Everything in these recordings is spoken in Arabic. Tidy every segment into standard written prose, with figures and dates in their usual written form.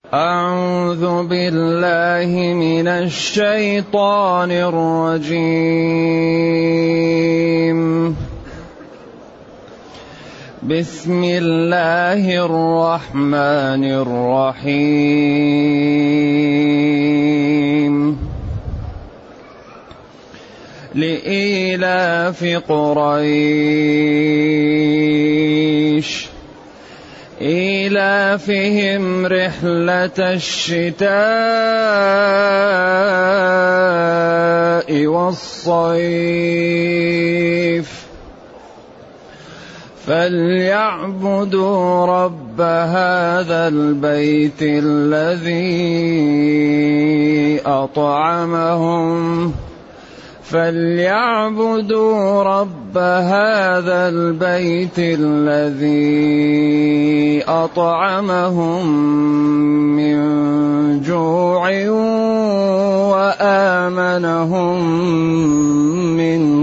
أعوذ بالله من الشيطان الرجيم. بسم الله الرحمن الرحيم. لإيلاف قريش إيلافهم رحلة الشتاء والصيف فليعبدوا رب هذا البيت الذي أطعمهم من جوع وآمنهم من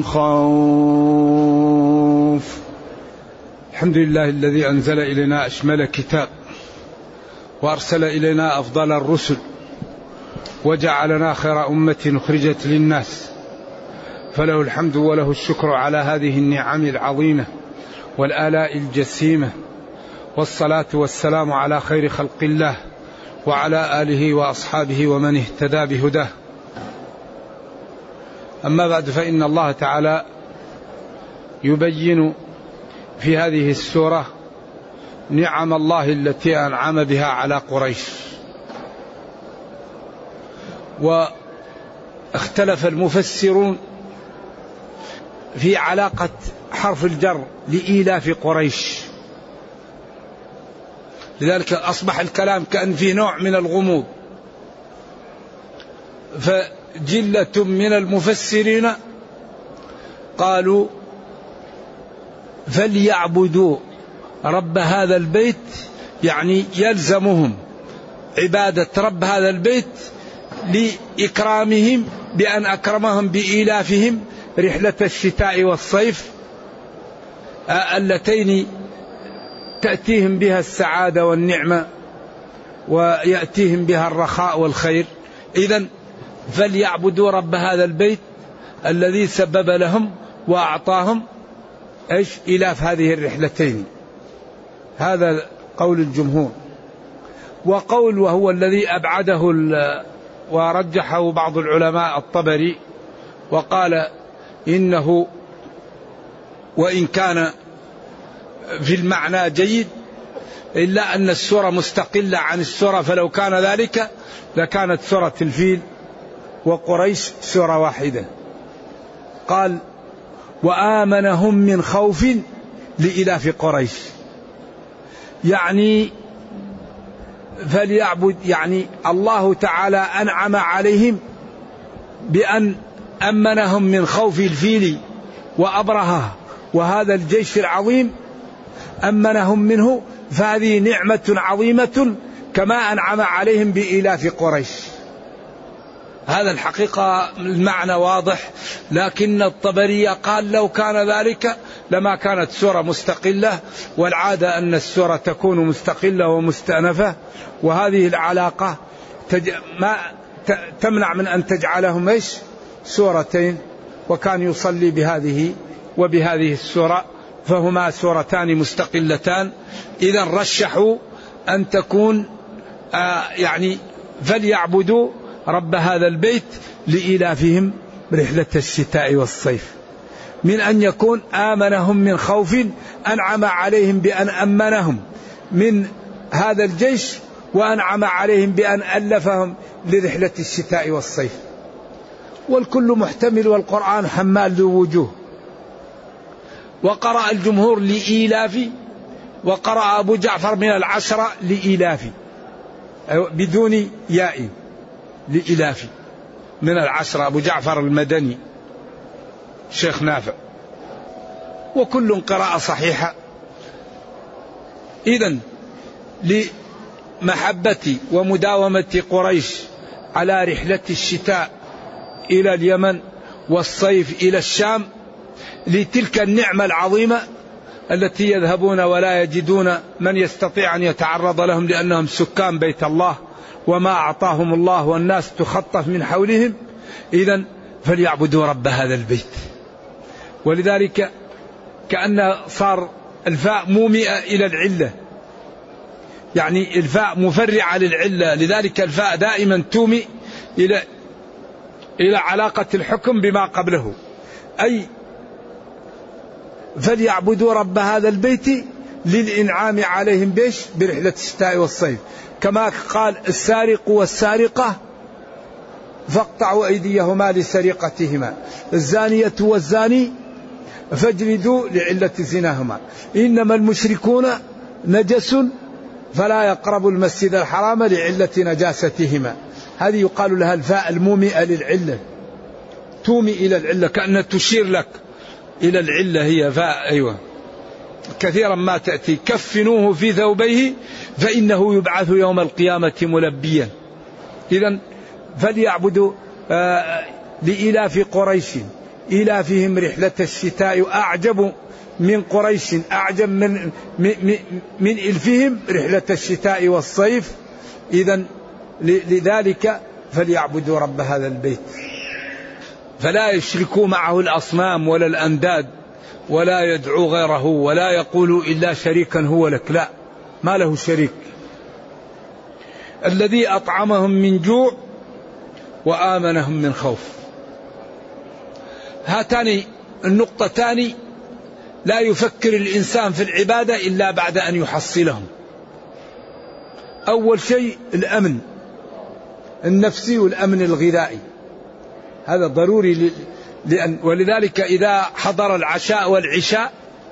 خوف. الحمد لله الذي أنزل إلينا أشمل كتاب وأرسل إلينا أفضل الرسل وجعلنا خير أمة أخرجت للناس، فله الحمد وله الشكر على هذه النعم العظيمة والآلاء الجسيمة، والصلاة والسلام على خير خلق الله وعلى آله وأصحابه ومن اهتدى بهداه. أما بعد، فإن الله تعالى يبين في هذه السورة نعم الله التي أنعم بها على قريش. واختلف المفسرون في علاقة حرف الجر لإيلاف قريش، لذلك أصبح الكلام كأن فيه نوع من الغموض. فجلة من المفسرين قالوا فليعبدوا رب هذا البيت، يعني يلزمهم عبادة رب هذا البيت لإكرامهم بأن أكرمهم بإيلافهم رحلة الشتاء والصيف اللتين تأتيهم بها السعادة والنعمة ويأتيهم بها الرخاء والخير. إذن فليعبدوا رب هذا البيت الذي سبب لهم وأعطاهم إيلاف هذه الرحلتين. هذا قول الجمهور. وقول وهو الذي أبعده ورجحه بعض العلماء الطبري، وقال إنه وإن كان في المعنى جيد إلا أن السورة مستقلة عن السورة، فلو كان ذلك لكانت سورة الفيل وقريش سورة واحدة. قال وآمنهم من خوف لإلاف قريش، يعني فليعبد، يعني الله تعالى أنعم عليهم بأن أمنهم من خوف الفيل وأبرهة وهذا الجيش العظيم، أمنهم منه، فهذه نعمة عظيمة كما أنعم عليهم بإيلاف قريش. هذا الحقيقة المعنى واضح، لكن الطبري قال لو كان ذلك لما كانت سورة مستقلة، والعادة أن السورة تكون مستقلة ومستأنفة، وهذه العلاقة ما تمنع من أن تجعلهم سورتين، وكان يصلي بهذه وبهذه السورة، فهما سورتان مستقلتان. إذا رشحوا أن تكون يعني فليعبدوا رب هذا البيت لإيلافهم رحلة الشتاء والصيف، من أن يكون آمنهم من خوف، أنعم عليهم بأن أمنهم من هذا الجيش، وأنعم عليهم بأن ألفهم لرحلة الشتاء والصيف. والكل محتمل، والقرآن حمال ذو وجوه. وقرأ الجمهور لإيلاف، وقرأ أبو جعفر من العشرة لإيلاف بدون ياء، لإيلاف من العشرة، أبو جعفر المدني شيخ نافع، وكل قراءة صحيحة. إذن لمحبة ومداومة قريش على رحلة الشتاء إلى اليمن والصيف إلى الشام، لتلك النعمة العظيمة، التي يذهبون ولا يجدون من يستطيع أن يتعرض لهم لأنهم سكان بيت الله وما أعطاهم الله والناس تخطف من حولهم. إذن فليعبدوا رب هذا البيت. ولذلك كأن صار الفاء مومئة إلى العلة، يعني الفاء مفرعة للعلة، لذلك الفاء دائما تومئ إلى علاقة الحكم بما قبله، أي فليعبدوا رب هذا البيت للإنعام عليهم برحلة الشتاء والصيف، كما قال السارق والسارقة فاقطعوا أيديهما لسرقتهما، الزانية والزاني فاجلدوا لعلة زناهما، إنما المشركون نجس فلا يقربوا المسجد الحرام لعلة نجاستهما. هذه يقال لها الفاء المومئة للعلة، تومي إلى العلة كأنها تشير لك إلى العلة، هي فاء. أيوة كثيرا ما تأتي كفنوه في ثوبيه فإنه يبعث يوم القيامة ملبيا. إذن فليعبدوا لإلاف قريش إلافهم رحلة الشتاء أعجب من قريش، أعجب من إلفهم رحلة الشتاء والصيف. إذن لذلك فليعبدوا رب هذا البيت، فلا يشركوا معه الأصنام ولا الأنداد ولا يدعو غيره ولا يقولوا إلا شريكا هو لك، لا، ما له شريك. الذي أطعمهم من جوع وآمنهم من خوف. هاتان النقطتان لا يفكر الإنسان في العبادة إلا بعد أن يحصلهم. أول شيء الأمن النفسي والأمن الغذائي، هذا ضروري ولذلك إذا حضر العشاء والعشاء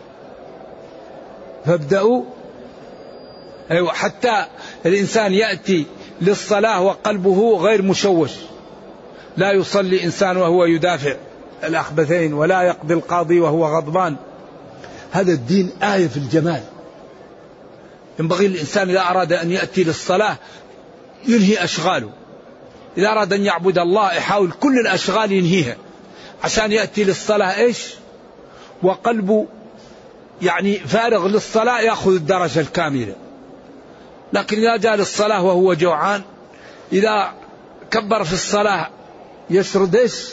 فابدأوا. أيوة حتى الإنسان يأتي للصلاة وقلبه غير مشوش، لا يصلي إنسان وهو يدافع الأخبثين ولا يقضي القاضي وهو غضبان. هذا الدين آية في الجمال. ينبغي الإنسان إذا أراد أن يأتي للصلاة ينهي أشغاله، إذا أراد أن يعبد الله يحاول كل الأشغال ينهيها عشان يأتي للصلاة إيش وقلبه يعني فارغ للصلاة، يأخذ الدرجة الكاملة. لكن إذا جاء للصلاة وهو جوعان، إذا كبر في الصلاة يشرد إيش،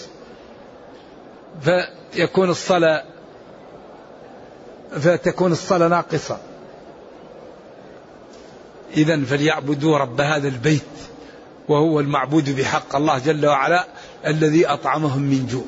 فتكون الصلاة ناقصة. إذن فليعبدوا رب هذا البيت، وهو المعبود بحق الله جل وعلا الذي أطعمهم من جوع.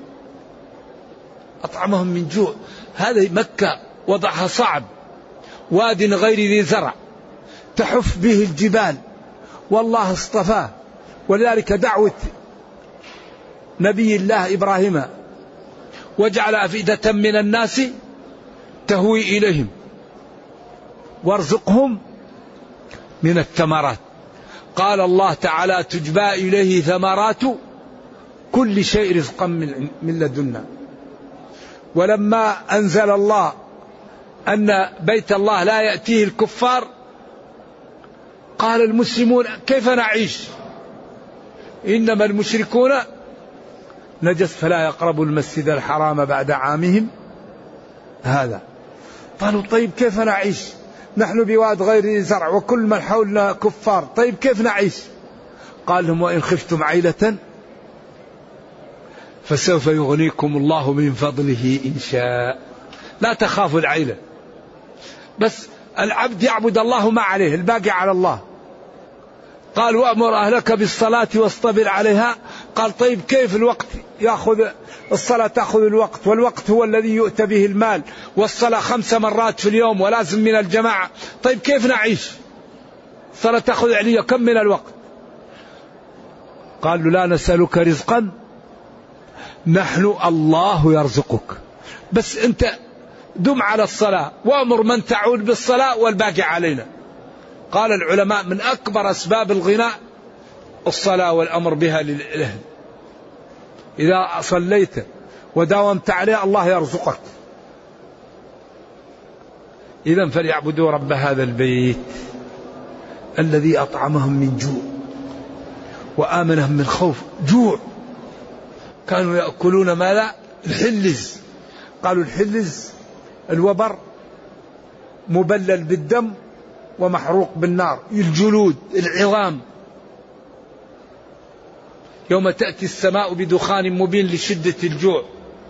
أطعمهم من جوع، هذا مكة وضعها صعب، واد غير ذي زرع تحف به الجبال والله اصطفاه. ولذلك دعوة نبي الله إبراهيم وجعل أفئدة من الناس تهوي إليهم وارزقهم من الثمرات. قال الله تعالى تجبى إليه ثمرات كل شيء رزقا من لدنا. ولما أنزل الله أن بيت الله لا يأتيه الكفار قال المسلمون كيف نعيش، إنما المشركون نجس فلا يقربوا المسجد الحرام بعد عامهم هذا. قالوا طيب كيف نعيش، نحن بواد غير زرع وكل من حولنا كفار، طيب كيف نعيش؟ قال لهم وإن خفتم عيلة فسوف يغنيكم الله من فضله إن شاء. لا تخافوا العيلة، بس العبد يعبد الله ما عليه، الباقي على الله. قال وأمر أهلك بالصلاة واصطبر عليها. قال طيب كيف الوقت يأخذ الصلاة، تأخذ الوقت، والوقت هو الذي يؤتى به المال، والصلاة 5 مرات في اليوم ولازم من الجماعة. طيب كيف نعيش، الصلاة تأخذ علي كم من الوقت؟ قالوا لا نسألك رزقا نحن الله يرزقك، بس أنت دم على الصلاة وأمر من تعود بالصلاة والباقي علينا. قال العلماء من أكبر أسباب الغناء الصلاة والأمر بها للأهل. إذا صليت وداومت عليه الله يرزقك. إذن فليعبدوا رب هذا البيت الذي أطعمهم من جوع وآمنهم من خوف. جوع، كانوا يأكلون ما لا الحلز، قالوا الحلز الوبر مبلل بالدم ومحروق بالنار، الجلود، العظام. يوم تأتي السماء بدخان مبين لشدة الجوع،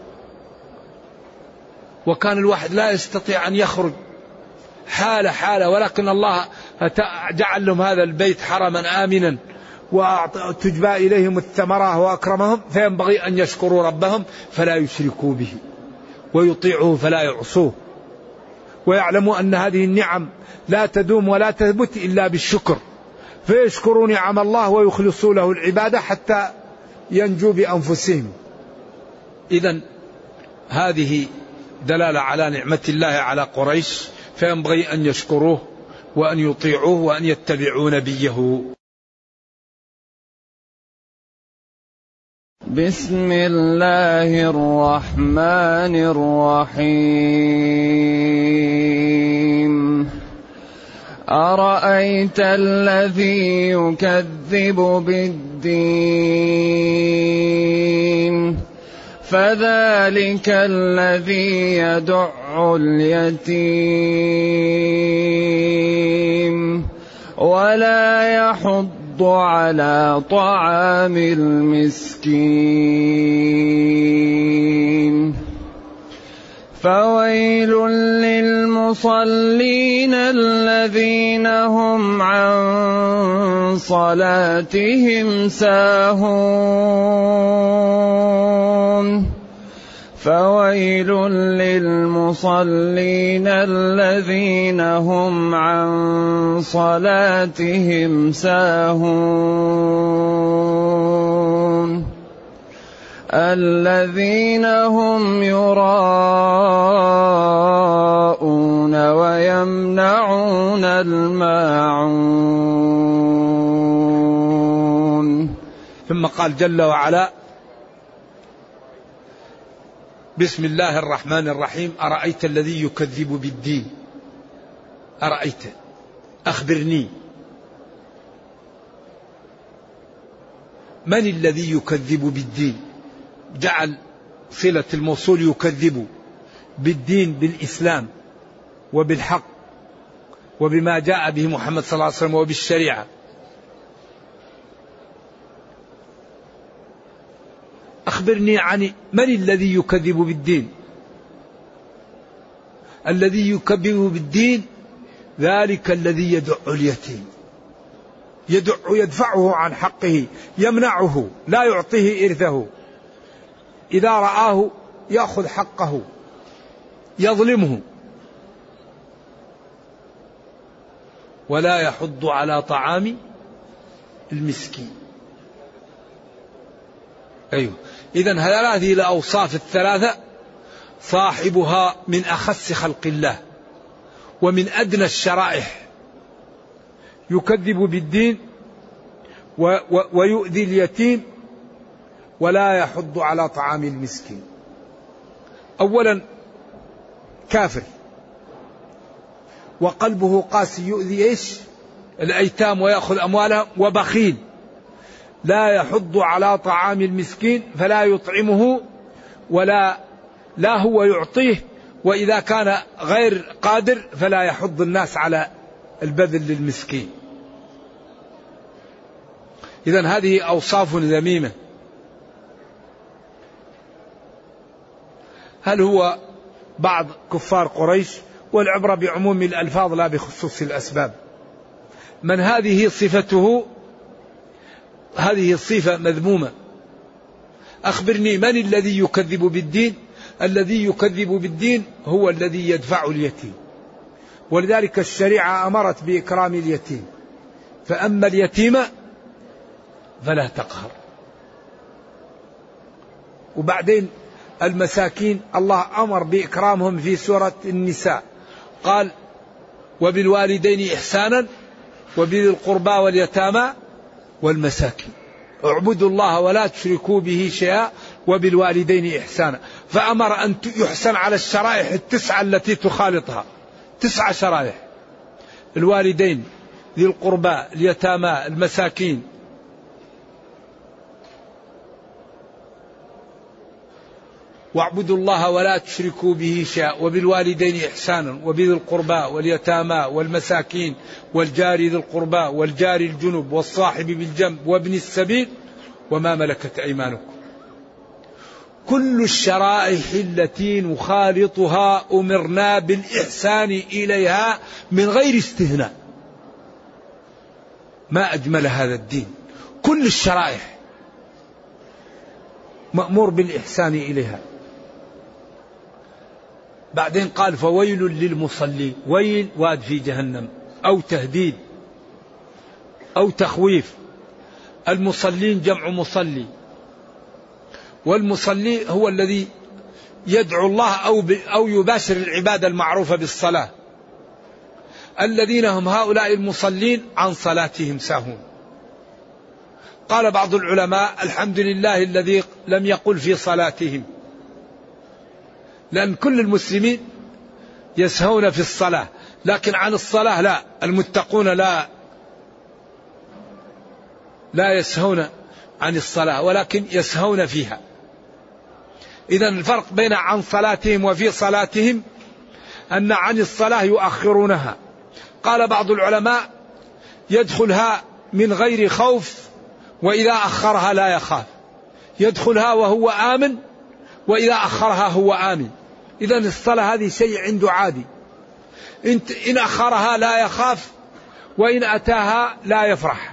وكان الواحد لا يستطيع أن يخرج، حالة، ولكن الله جعل لهم هذا البيت حرما آمنا وتجبى إليهم الثمرة وأكرمهم، فينبغي أن يشكروا ربهم فلا يشركوا به ويطيعوه فلا يعصوه، ويعلموا أن هذه النعم لا تدوم ولا تثبت إلا بالشكر، فيشكروا نعم الله ويخلصوا له العبادة حتى ينجوا بأنفسهم. إذن هذه دلالة على نعمة الله على قريش، فينبغي أن يشكروه وأن يطيعوه وأن يتبعوا نبيه. بسم الله الرحمن الرحيم. أرأيت الذي يكذب بالدين فذلك الذي يدع اليتيم ولا يحض على طعام المسكين فويل للمصلين الذين هم عن صلاتهم ساهون فويل للمصلين الذين هم عن صلاتهم ساهون الذين هم يراءون ويمنعون الماعون. ثم قال جل وعلا: بسم الله الرحمن الرحيم. أرأيت الذي يكذب بالدين. أرأيت، أخبرني، من الذي يكذب بالدين؟ جعل صلة الموصول يكذب بالدين، بالإسلام وبالحق وبما جاء به محمد صلى الله عليه وسلم وبالشريعة. أخبرني عن من الذي يكذب بالدين. الذي يكذب بالدين ذلك الذي يدع اليتيم، يدفعه عن حقه، يمنعه، لا يعطيه إرثه، إذا رآه يأخذ حقه، يظلمه، ولا يحض على طعام المسكين. أيوه، إذن هذه الأوصاف الثلاثة صاحبها من أخس خلق الله ومن أدنى الشرائح، يكذب بالدين ويؤذي اليتيم ولا يحض على طعام المسكين. أولا كافر وقلبه قاسي، يؤذي إيش؟ الأيتام ويأخذ أموالهم، وبخيل لا يحض على طعام المسكين فلا يطعمه ولا هو يعطيه، وإذا كان غير قادر فلا يحض الناس على البذل للمسكين. إذن هذه أوصاف ذميمة. هل هو بعض كفار قريش؟ والعبرة بعموم الألفاظ لا بخصوص الأسباب. من هذه صفته، هذه الصفة مذمومة. أخبرني من الذي يكذب بالدين. الذي يكذب بالدين هو الذي يدفع اليتيم، ولذلك الشريعة أمرت بإكرام اليتيم، فأما اليتيم فلا تقهر. وبعدين المساكين الله أمر بإكرامهم في سورة النساء، قال: وبالوالدين إحسانا وبذي القربى واليتامى والمساكين اعبدوا الله ولا تشركوا به شيئا وبالوالدين إحسانا. فأمر أن يحسن على الشرائح التسعة التي تخالطها، 9 شرائح: الوالدين، ذي القربى، اليتامى، المساكين. واعبدوا الله ولا تشركوا به شيئا وبالوالدين إحسانا وبذي القربى واليتامى والمساكين والجار ذي القربى والجار الجنب والصاحب بالجنب وابن السبيل وما ملكت أيمانكم. كل الشرائع التي نخالطها أمرنا بالإحسان إليها من غير استثناء. ما أجمل هذا الدين، كل الشرائع مأمور بالإحسان إليها. بعدين قال فويل للمصلين، ويل واد في جهنم أو تهديد أو تخويف. المصلين جمع مصلي، والمصلي هو الذي يدعو الله أو يباشر العبادة المعروفة بالصلاة. الذين هم هؤلاء المصلين عن صلاتهم ساهون. قال بعض العلماء الحمد لله الذي لم يقل في صلاتهم، لأن كل المسلمين يسهون في الصلاة، لكن عن الصلاة لا، المتقون لا يسهون عن الصلاة ولكن يسهون فيها. إذن الفرق بين عن صلاتهم وفي صلاتهم أن عن الصلاة يؤخرونها. قال بعض العلماء يدخلها من غير خوف، وإذا أخرها لا يخاف. يدخلها وهو آمن، وإذا أخرها هو آمن. إذن الصلاة هذه شيء عنده عادي، إن أخرها لا يخاف، وإن أتاها لا يفرح.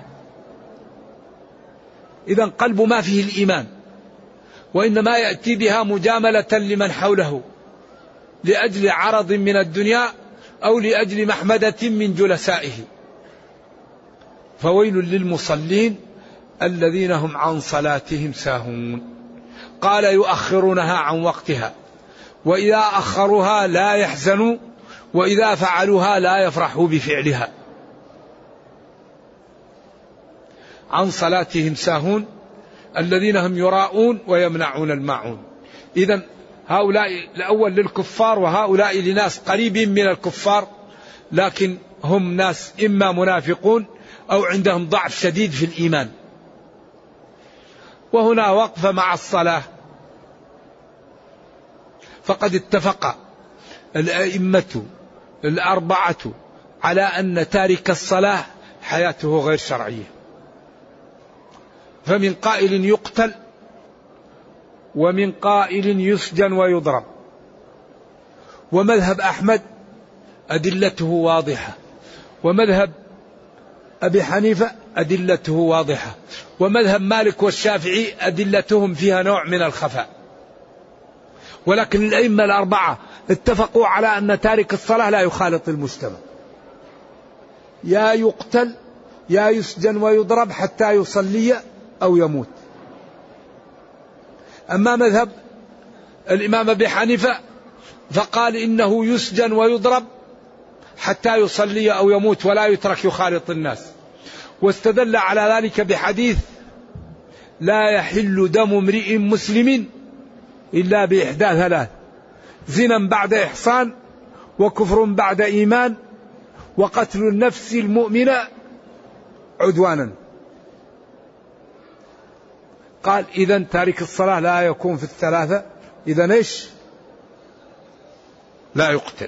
إذن قلبه ما فيه الإيمان، وإنما يأتي بها مجاملة لمن حوله لأجل عرض من الدنيا أو لأجل محمدة من جلسائه. فويل للمصلين الذين هم عن صلاتهم ساهون. قال يؤخرونها عن وقتها، وإذا أخروها لا يحزنوا، وإذا فعلوها لا يفرحوا بفعلها. عن صلاتهم ساهون الذين هم يراءون ويمنعون الماعون. إذن هؤلاء الأول للكفار، وهؤلاء لناس قريب من الكفار، لكن هم ناس إما منافقون أو عندهم ضعف شديد في الإيمان. وهنا وقف مع الصلاة. فقد اتفق الأئمة الأربعة على أن تارك الصلاة حياته غير شرعية. فمن قائل يقتل، ومن قائل يسجن ويضرب. ومذهب أحمد أدلته واضحة، ومذهب أبي حنيفة أدلته واضحة، ومذهب مالك والشافعي أدلتهم فيها نوع من الخفاء. ولكن الأئمة الأربعة اتفقوا على أن تارك الصلاة لا يخالط المجتمع، يا يقتل يا يسجن ويضرب حتى يصلي أو يموت. أما مذهب الإمام أبي حنيفة فقال إنه يسجن ويضرب حتى يصلي أو يموت ولا يترك يخالط الناس. واستدل على ذلك بحديث لا يحل دم امرئ مسلم إلا بإحدى ثلاث: زنا بعد إحصان، وكفر بعد إيمان، وقتل النفس المؤمنة عدوانا. قال إذن تارك الصلاة لا يكون في الثلاثة، إذن إيش؟ لا يقتل.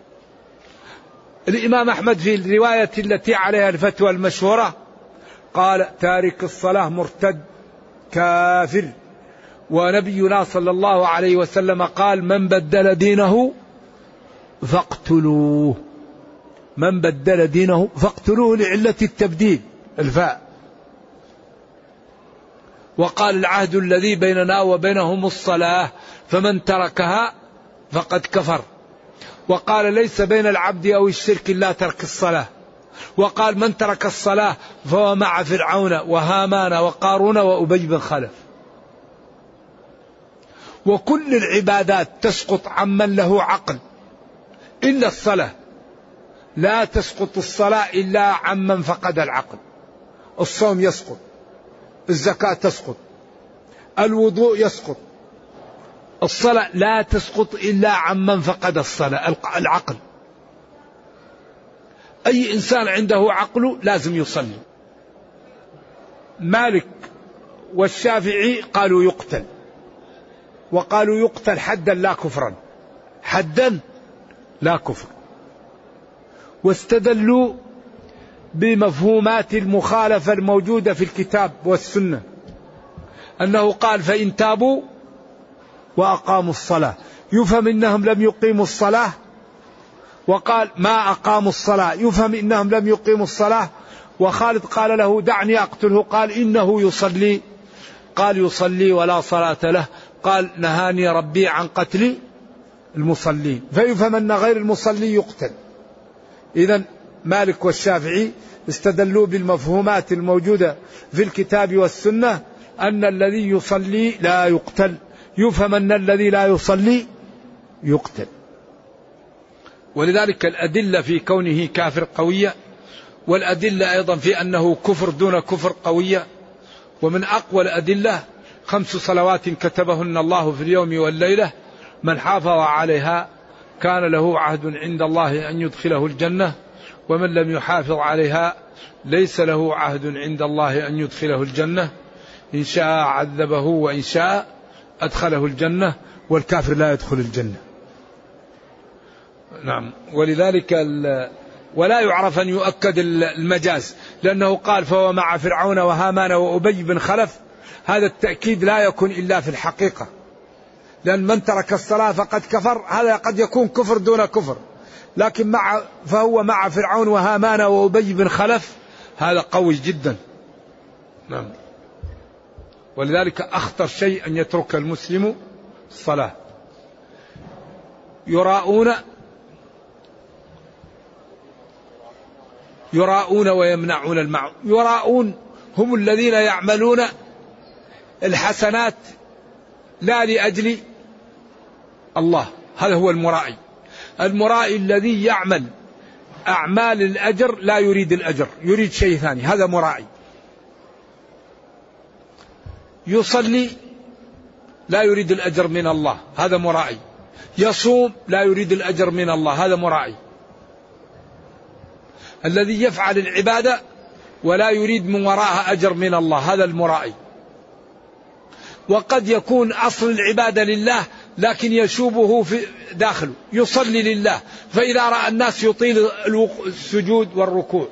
الإمام أحمد في الرواية التي عليها الفتوى المشهورة قال تارك الصلاة مرتد كافر. ونبينا صلى الله عليه وسلم قال من بدل دينه فاقتلوه. من بدل دينه فاقتلوه لعلة التبديل الفاء. وقال العهد الذي بيننا وبينهم الصلاة فمن تركها فقد كفر. وقال ليس بين العبد أو الشرك إلا ترك الصلاة. وقال من ترك الصلاة فهو مع فرعون وهامان وقارون وأبي بن خلف. وكل العبادات تسقط عمن له عقل إلا الصلاة. لا تسقط الصلاة إلا عمن فقد العقل. الصوم يسقط، الزكاة تسقط، الوضوء يسقط. الصلاة لا تسقط إلا عمن فقد الصلاة العقل. أي إنسان عنده عقل لازم يصلي. مالك والشافعي قالوا يقتل، وقالوا يقتل حدا لا كفرا، حدا لا كفر. واستدلوا بمفهومات المخالفة الموجودة في الكتاب والسنة، أنه قال فإن تابوا وأقاموا الصلاة، يفهم إنهم لم يقيموا الصلاة، وقال ما أقاموا الصلاة يفهم إنهم لم يقيموا الصلاة. وخالد قال له دعني أقتله، قال إنه يصلي، قال يصلي ولا صلاة له، قال نهاني ربي عن قتل المصلين، فيفهم أن غير المصلي يقتل. إذن مالك والشافعي استدلوا بالمفهومات الموجودة في الكتاب والسنة أن الذي يصلي لا يقتل، يفهم أن الذي لا يصلي يقتل. ولذلك الأدلة في كونه كافر قوية، والأدلة أيضا في أنه كفر دون كفر قوية. ومن أقوى الأدلة 5 صلوات كتبهن الله في اليوم والليلة، من حافظ عليها كان له عهد عند الله أن يدخله الجنة، ومن لم يحافظ عليها ليس له عهد عند الله أن يدخله الجنة، إن شاء عذبه وإن شاء أدخله الجنة، والكافر لا يدخل الجنة. نعم. ولذلك ولا يعرف أن يؤكد المجاز، لأنه قال فهو مع فرعون وهامان وأبي بن خلف، هذا التأكيد لا يكون إلا في الحقيقة، لأن من ترك الصلاة فقد كفر، هذا قد يكون كفر دون كفر، لكن فهو مع فرعون وهامان وأبي بن خلف هذا قوي جدا. نعم. ولذلك أخطر شيء أن يترك المسلم الصلاة. يراؤون ويمنعون المعروف. يراؤون هم الذين يعملون الحسنات لا لأجل الله، هذا هو المرائي. المرائي الذي يعمل أعمال الأجر لا يريد الأجر، يريد شيء ثاني، هذا مرائي. يصلي لا يريد الأجر من الله، هذا مرائي. يصوم لا يريد الأجر من الله، هذا مرائي. الذي يفعل العبادة ولا يريد من وراءها أجر من الله، هذا المرائي. وقد يكون أصل العبادة لله لكن يشوبه في داخله، يصلي لله، فإذا رأى الناس يطيل السجود والركوع.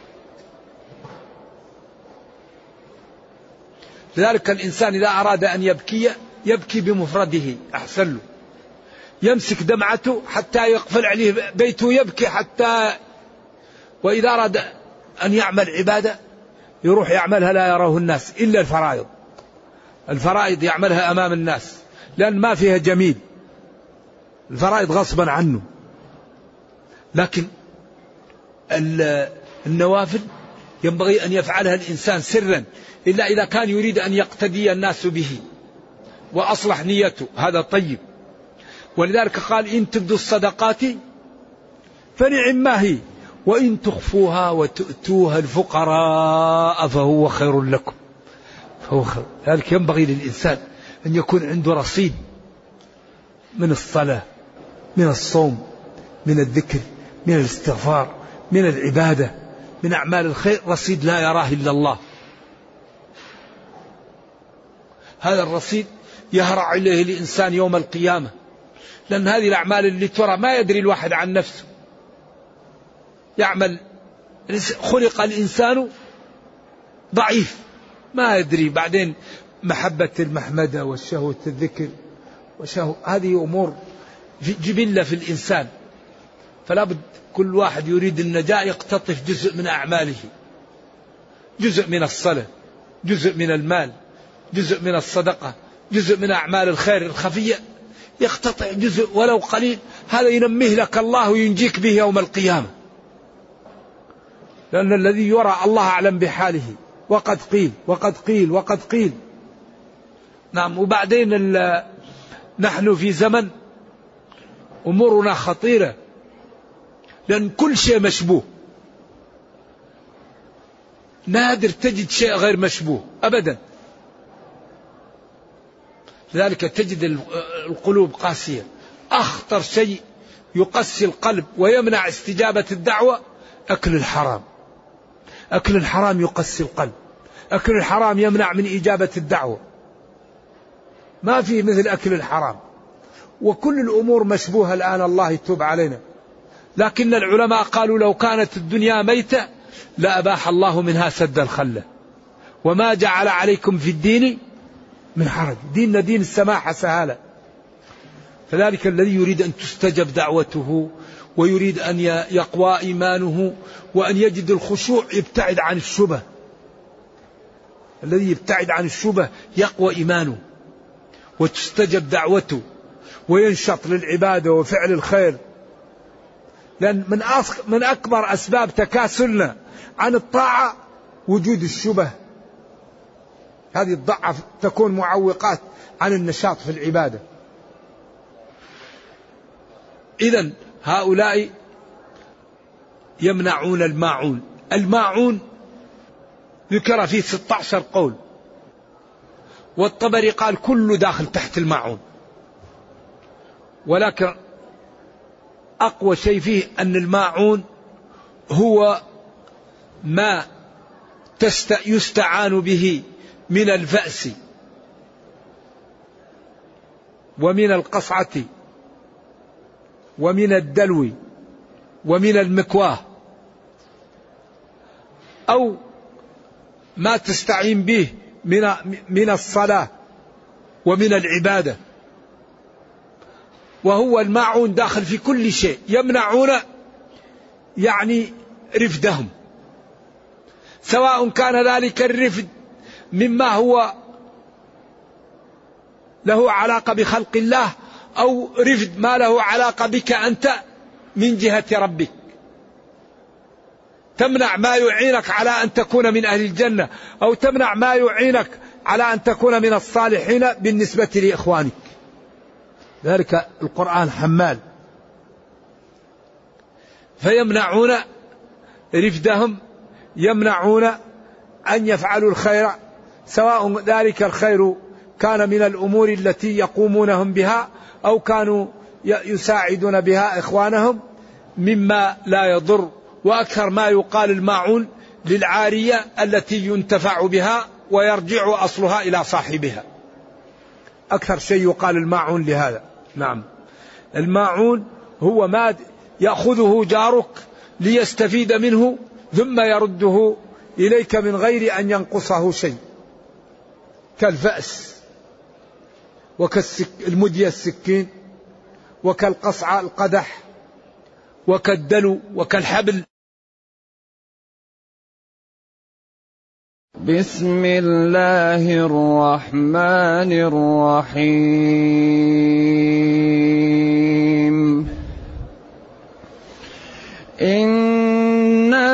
لذلك الإنسان إذا أراد أن يبكي بمفرده أحسن له، يمسك دمعته حتى يقفل عليه بيته يبكي حتى. وإذا أراد أن يعمل عبادة يروح يعملها لا يراه الناس إلا الفرائض. الفرائض يعملها أمام الناس لأن ما فيها جميل، الفرائض غصبا عنه. لكن النوافل ينبغي أن يفعلها الإنسان سرا، إلا إذا كان يريد أن يقتدي الناس به وأصلح نيته، هذا طيب. ولذلك قال إن تبدوا الصدقات فنعم ما هي، وإن تخفوها وتؤتوها الفقراء فهو خير لكم. فهو خير. لذلك ينبغي للإنسان أن يكون عنده رصيد من الصلاة، من الصوم، من الذكر، من الاستغفار، من العبادة، من أعمال الخير، رصيد لا يراه إلا الله. هذا الرصيد يهرع إليه الإنسان يوم القيامة، لأن هذه الأعمال اللي ترى ما يدري الواحد عن نفسه. يعمل، خلق الإنسان ضعيف ما يدري، بعدين محبة المحمدة والشهوة الذكر هذه أمور جبلة في الإنسان. فلا بد كل واحد يريد النجاة يقتطف جزء من أعماله، جزء من الصلاة، جزء من المال، جزء من الصدقة، جزء من أعمال الخير الخفية، يقتطع جزء ولو قليل، هذا ينميه لك الله وينجيك به يوم القيامة. لأن الذي يرى الله أعلم بحاله، وقد قيل وقد قيل وقد قيل. نعم. وبعدين نحن في زمن أمورنا خطيرة، لأن كل شيء مشبوه، نادر تجد شيء غير مشبوه أبدا. لذلك تجد القلوب قاسية. أخطر شيء يقسي القلب ويمنع استجابة الدعوة أكل الحرام. أكل الحرام يقسي القلب، أكل الحرام يمنع من إجابة الدعوة. ما فيه مثل أكل الحرام. وكل الأمور مشبوهة الآن، الله يتوب علينا. لكن العلماء قالوا لو كانت الدنيا ميتة لأباح الله منها سد الخلة، وما جعل عليكم في الدين من حرج. ديننا دين السماحة سهالة. فذلك الذي يريد أن تستجب دعوته ويريد أن يقوى إيمانه وأن يجد الخشوع يبتعد عن الشبه. الذي يبتعد عن الشبه يقوى إيمانه وتستجب دعوته وينشط للعبادة وفعل الخير. لأن من أكبر أسباب تكاسلنا عن الطاعة وجود الشبه. هذه الضعف تكون معوقات عن النشاط في العبادة. إذن هؤلاء يمنعون الماعون. الماعون ذكر فيه 16 قول، والطبري قال كله داخل تحت الماعون، ولكن أقوى شيء فيه أن الماعون هو ما يستعان به من الفأس ومن القصعة ومن الدلو ومن المكواه، أو ما تستعين به من الصلاة ومن العبادة. وهو الماعون داخل في كل شيء. يمنعون يعني رفدهم، سواء كان ذلك الرفد مما هو له علاقة بخلق الله أو رفد ما له علاقة بك أنت من جهة ربك. تمنع ما يعينك على أن تكون من أهل الجنة، أو تمنع ما يعينك على أن تكون من الصالحين بالنسبة لإخوانك. ذلك القرآن حمال. فيمنعون رفدهم، يمنعون أن يفعلوا الخير، سواء ذلك الخير كان من الأمور التي يقومونهم بها أو كانوا يساعدون بها إخوانهم مما لا يضر. وأكثر ما يقال الماعون للعارية التي ينتفع بها ويرجع أصلها إلى صاحبها. أكثر شيء يقال الماعون لهذا. نعم، الماعون هو ما يأخذه جارك ليستفيد منه ثم يرده إليك من غير أن ينقصه شيء، كالفأس وكالمدية السكين وكالقصعة القدح وكالدلو وكالحبل. بسم الله الرحمن الرحيم. إنا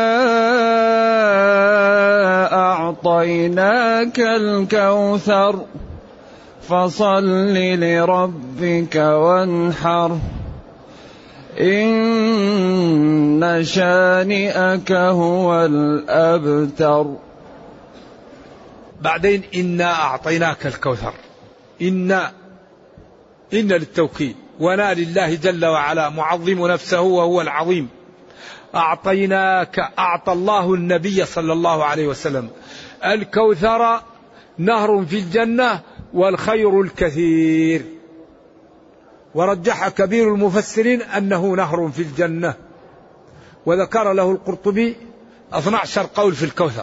أعطيناك الكوثر فصل لربك وانحر إن شانئك هو الأبتر. بعدين إنا أعطيناك الكوثر. إن للتوكيد، ونا لله جل وعلا معظم نفسه وهو العظيم. أعطيناك، أعطى الله النبي صلى الله عليه وسلم الكوثر، نهر في الجنة والخير الكثير. ورجح كبير المفسرين أنه نهر في الجنة، وذكر له القرطبي 12 قول في الكوثر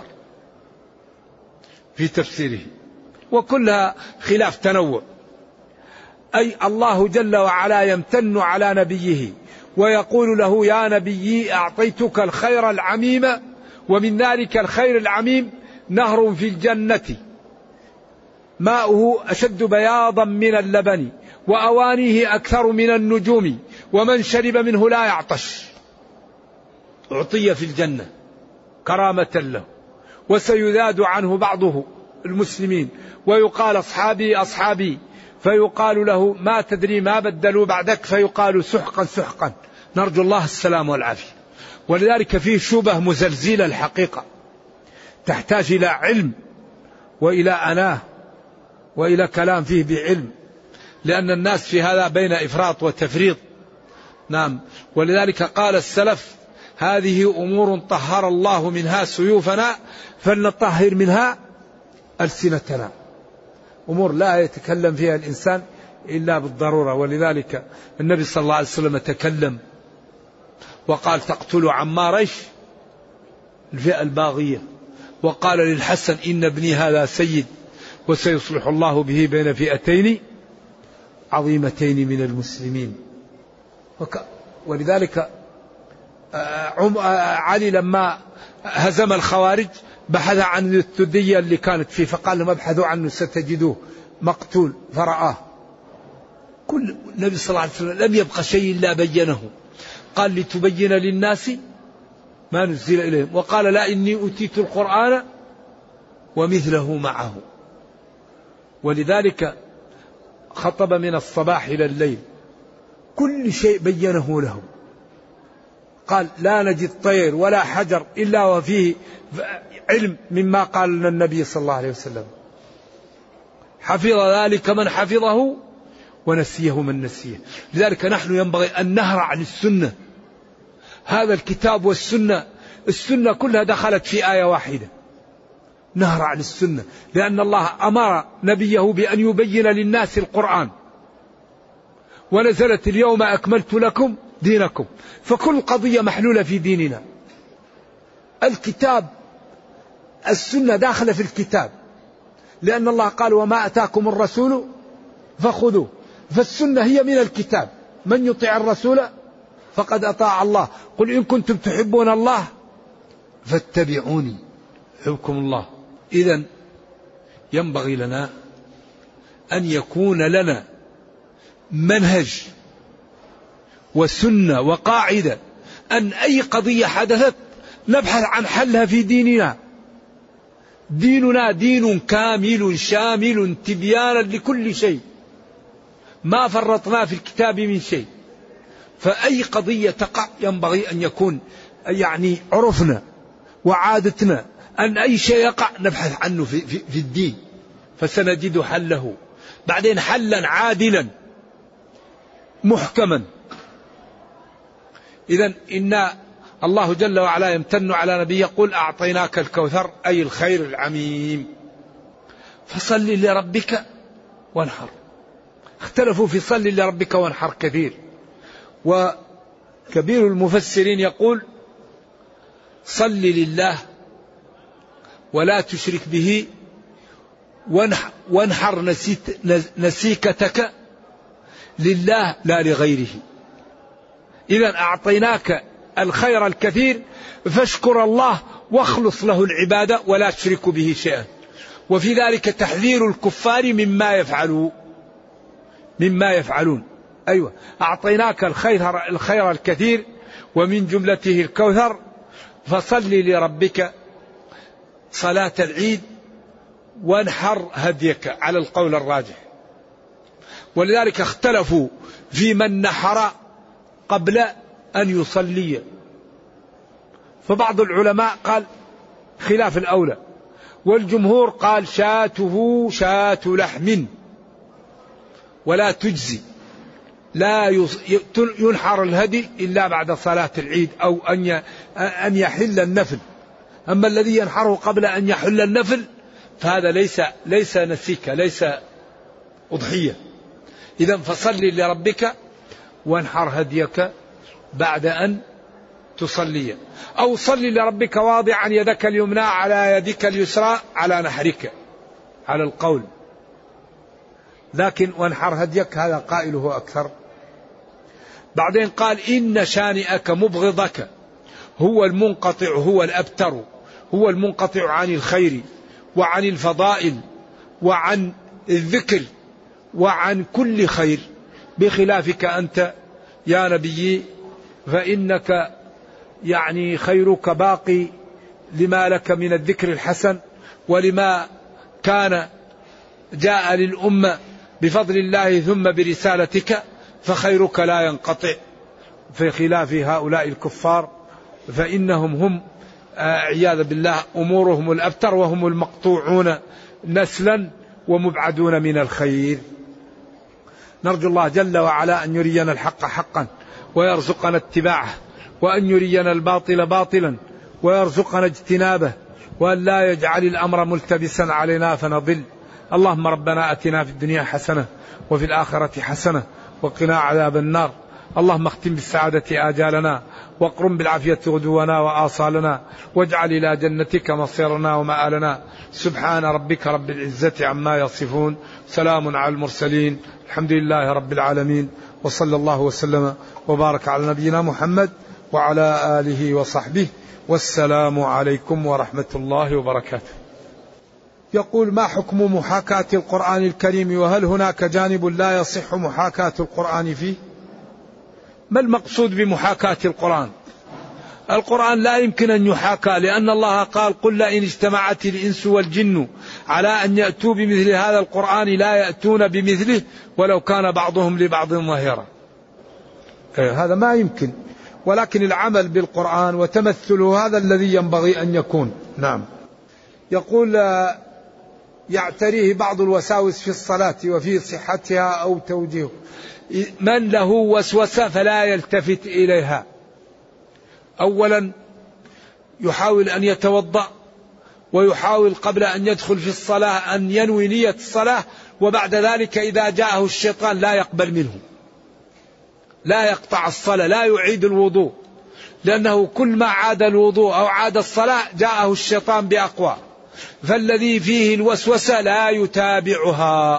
في تفسيره، وكلها خلاف تنوع. أي الله جل وعلا يمتن على نبيه ويقول له يا نبي أعطيتك الخير العميم، ومن ذلك الخير العميم نهر في الجنة ماؤه أشد بياضا من اللبن وأوانيه أكثر من النجوم ومن شرب منه لا يعطش. أعطي في الجنة كرامة له، وسيذاد عنه بعضه المسلمين ويقال أصحابي أصحابي، فيقال له ما تدري ما بدلوا بعدك، فيقال سحقا سحقا، نرجو الله السلام والعافية. ولذلك فيه شبه مزلزلة الحقيقة، تحتاج إلى علم وإلى أناه وإلى كلام فيه بعلم، لأن الناس في هذا بين إفراط وتفريط. نعم، ولذلك قال السلف هذه أمور طهر الله منها سيوفنا فلنطهر منها ألسنتنا. أمور لا يتكلم فيها الإنسان إلا بالضرورة. ولذلك النبي صلى الله عليه وسلم تكلم وقال تقتل عمار ايش؟ الفئة الباغية. وقال للحسن إن ابني هذا سيد وسيصلح الله به بين فئتين عظيمتين من المسلمين. ولذلك علي لما هزم الخوارج بحث عن الثدية اللي كانت فيه، فقال لهم ابحثوا عنه ستجدوه مقتول، فرآه. كل النبي صلى الله عليه وسلم لم يبقى شيء إلا بينه. قال لتبين للناس ما نزل إليهم، وقال لا إني أوتيت القرآن ومثله معه. ولذلك خطب من الصباح إلى الليل، كل شيء بينه له. قال لا نجد طير ولا حجر إلا وفيه علم مما قال لنا النبي صلى الله عليه وسلم. حفظ ذلك من حفظه ونسيه من نسيه. لذلك نحن ينبغي أن نهرع للسنة. هذا الكتاب والسنة، السنة كلها دخلت في آية واحدة. نهرع للسنة لأن الله أمر نبيه بأن يبين للناس القرآن، ونزلت اليوم أكملت لكم دينكم، فكل قضية محلولة في ديننا. الكتاب السنة داخلة في الكتاب، لأن الله قال وما أتاكم الرسول فخذوه، فالسنة هي من الكتاب. من يطيع الرسول فقد أطاع الله. قل إن كنتم تحبون الله فاتبعوني يحبكم الله. إذن ينبغي لنا أن يكون لنا منهج وسنة وقاعدة، أن أي قضية حدثت نبحث عن حلها في ديننا. ديننا دين كامل شامل تبيانا لكل شيء، ما فرطنا في الكتاب من شيء. فأي قضية تقع ينبغي أن يكون عرفنا وعادتنا أن أي شيء يقع نبحث عنه في الدين، فسنجد حله. بعدين حلا عادلا محكما. إذن إن الله جل وعلا يمتن على نبيه يقول أعطيناك الكوثر، أي الخير العميم، فصل لربك وانحر. اختلفوا في صل لربك وانحر كثير، وكبير المفسرين يقول صل لله ولا تشرك به وانحر نسيكتك لله لا لغيره. إذا أعطيناك الخير الكثير فاشكر الله واخلص له العبادة ولا تشرك به شيئا. وفي ذلك تحذير الكفار مما يفعلون. أيوة، أعطيناك الخير الكثير ومن جملته الكوثر، فصل لربك صلاة العيد وانحر هديك على القول الراجح. ولذلك اختلفوا في من نحر قبل أن يصلي، فبعض العلماء قال خلاف الأولى، والجمهور قال شاته شاة لحم ولا تجزي، لا ينحر الهدي إلا بعد صلاة العيد أو أن يحل النفل. أما الذي ينحره قبل أن يحل النفل فهذا ليس نسيك، ليس أضحية. إذا فصل لربك وانحر هديك بعد أن تصلي، أو صل لربك واضعا يدك اليمنى على يدك اليسرى على نحرك على القول. لكن وانحر هديك هذا قائله أكثر. بعدين قال إن شانئك مبغضك هو المنقطع هو الأبتر، هو المنقطع عن الخير وعن الفضائل وعن الذكر وعن كل خير، بخلافك أنت يا نبي، فإنك خيرك باقي لما لك من الذكر الحسن ولما كان جاء للأمة بفضل الله ثم برسالتك، فخيرك لا ينقطع. في خلاف هؤلاء الكفار فإنهم هم عياذ بالله أمورهم الأبتر، وهم المقطوعون نسلا ومبعدون من الخير. نرجو الله جل وعلا أن يرينا الحق حقا ويرزقنا اتباعه، وأن يرينا الباطل باطلا ويرزقنا اجتنابه، وأن لا يجعل الأمر ملتبسا علينا فنضل. اللهم ربنا أتنا في الدنيا حسنة وفي الآخرة حسنة وقنا عذاب النار. اللهم اختم بالسعادة آجالنا واقرم بالعافية غدونا وآصالنا واجعل إلى جنتك مصيرنا ومآلنا. سبحان ربك رب العزة عما يصفون، سلام على المرسلين، الحمد لله رب العالمين، وصلى الله وسلم وبارك على نبينا محمد وعلى آله وصحبه، والسلام عليكم ورحمة الله وبركاته. يقول: ما حكم محاكاة القرآن الكريم، وهل هناك جانب لا يصح محاكاة القرآن فيه؟ ما المقصود بمحاكاة القرآن؟ القرآن لا يمكن أن يحاكى، لأن الله قال: قل لئن اجتمعت الإنس والجن على أن يأتوا بمثل هذا القرآن لا يأتون بمثله ولو كان بعضهم لبعض ظهيرا. هذا ما يمكن، ولكن العمل بالقرآن وتمثله هذا الذي ينبغي أن يكون. نعم. يقول: يعتريه بعض الوساوس في الصلاة وفي صحتها أو توجيهه. من له وسوسة فلا يلتفت إليها. أولا يحاول أن يتوضأ، ويحاول قبل أن يدخل في الصلاة أن ينوي نية الصلاة، وبعد ذلك إذا جاءه الشيطان لا يقبل منه، لا يقطع الصلاة، لا يعيد الوضوء، لأنه كل ما عاد الوضوء أو عاد الصلاة جاءه الشيطان بأقوى. فالذي فيه الوسوسة لا يتابعها،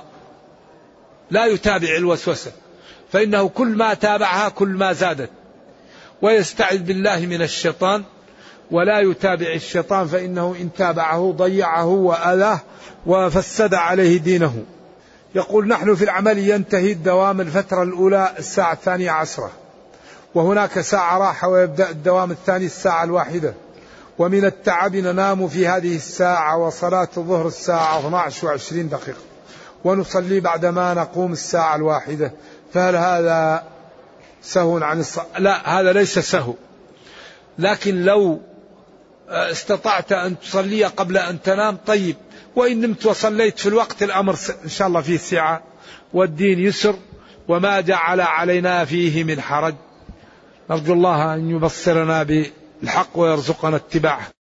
لا يتابع الوسوسة، فإنه كل ما تابعها كل ما زادت. ويستعذ بالله من الشيطان ولا يتابع الشيطان، فإنه إن تابعه ضيعه وأذاه وفسد عليه دينه. يقول: نحن في العمل ينتهي الدوام الفترة الأولى الساعة 12، وهناك ساعة راحة ويبدأ الدوام الثاني الساعة 1، ومن التعب ننام في هذه الساعة، وصلاة الظهر الساعة 12:20، ونصلي بعدما نقوم الساعة 1. فهل هذا سهو عن الصلاة؟ لا، هذا ليس سهو، لكن لو استطعت أن تصلي قبل أن تنام طيب، وإن نمت وصليت في الوقت الأمر إن شاء الله فيه سعة، والدين يسر وما جعل علينا فيه من حرج. نرجو الله أن يبصرنا بالحق ويرزقنا اتباعه.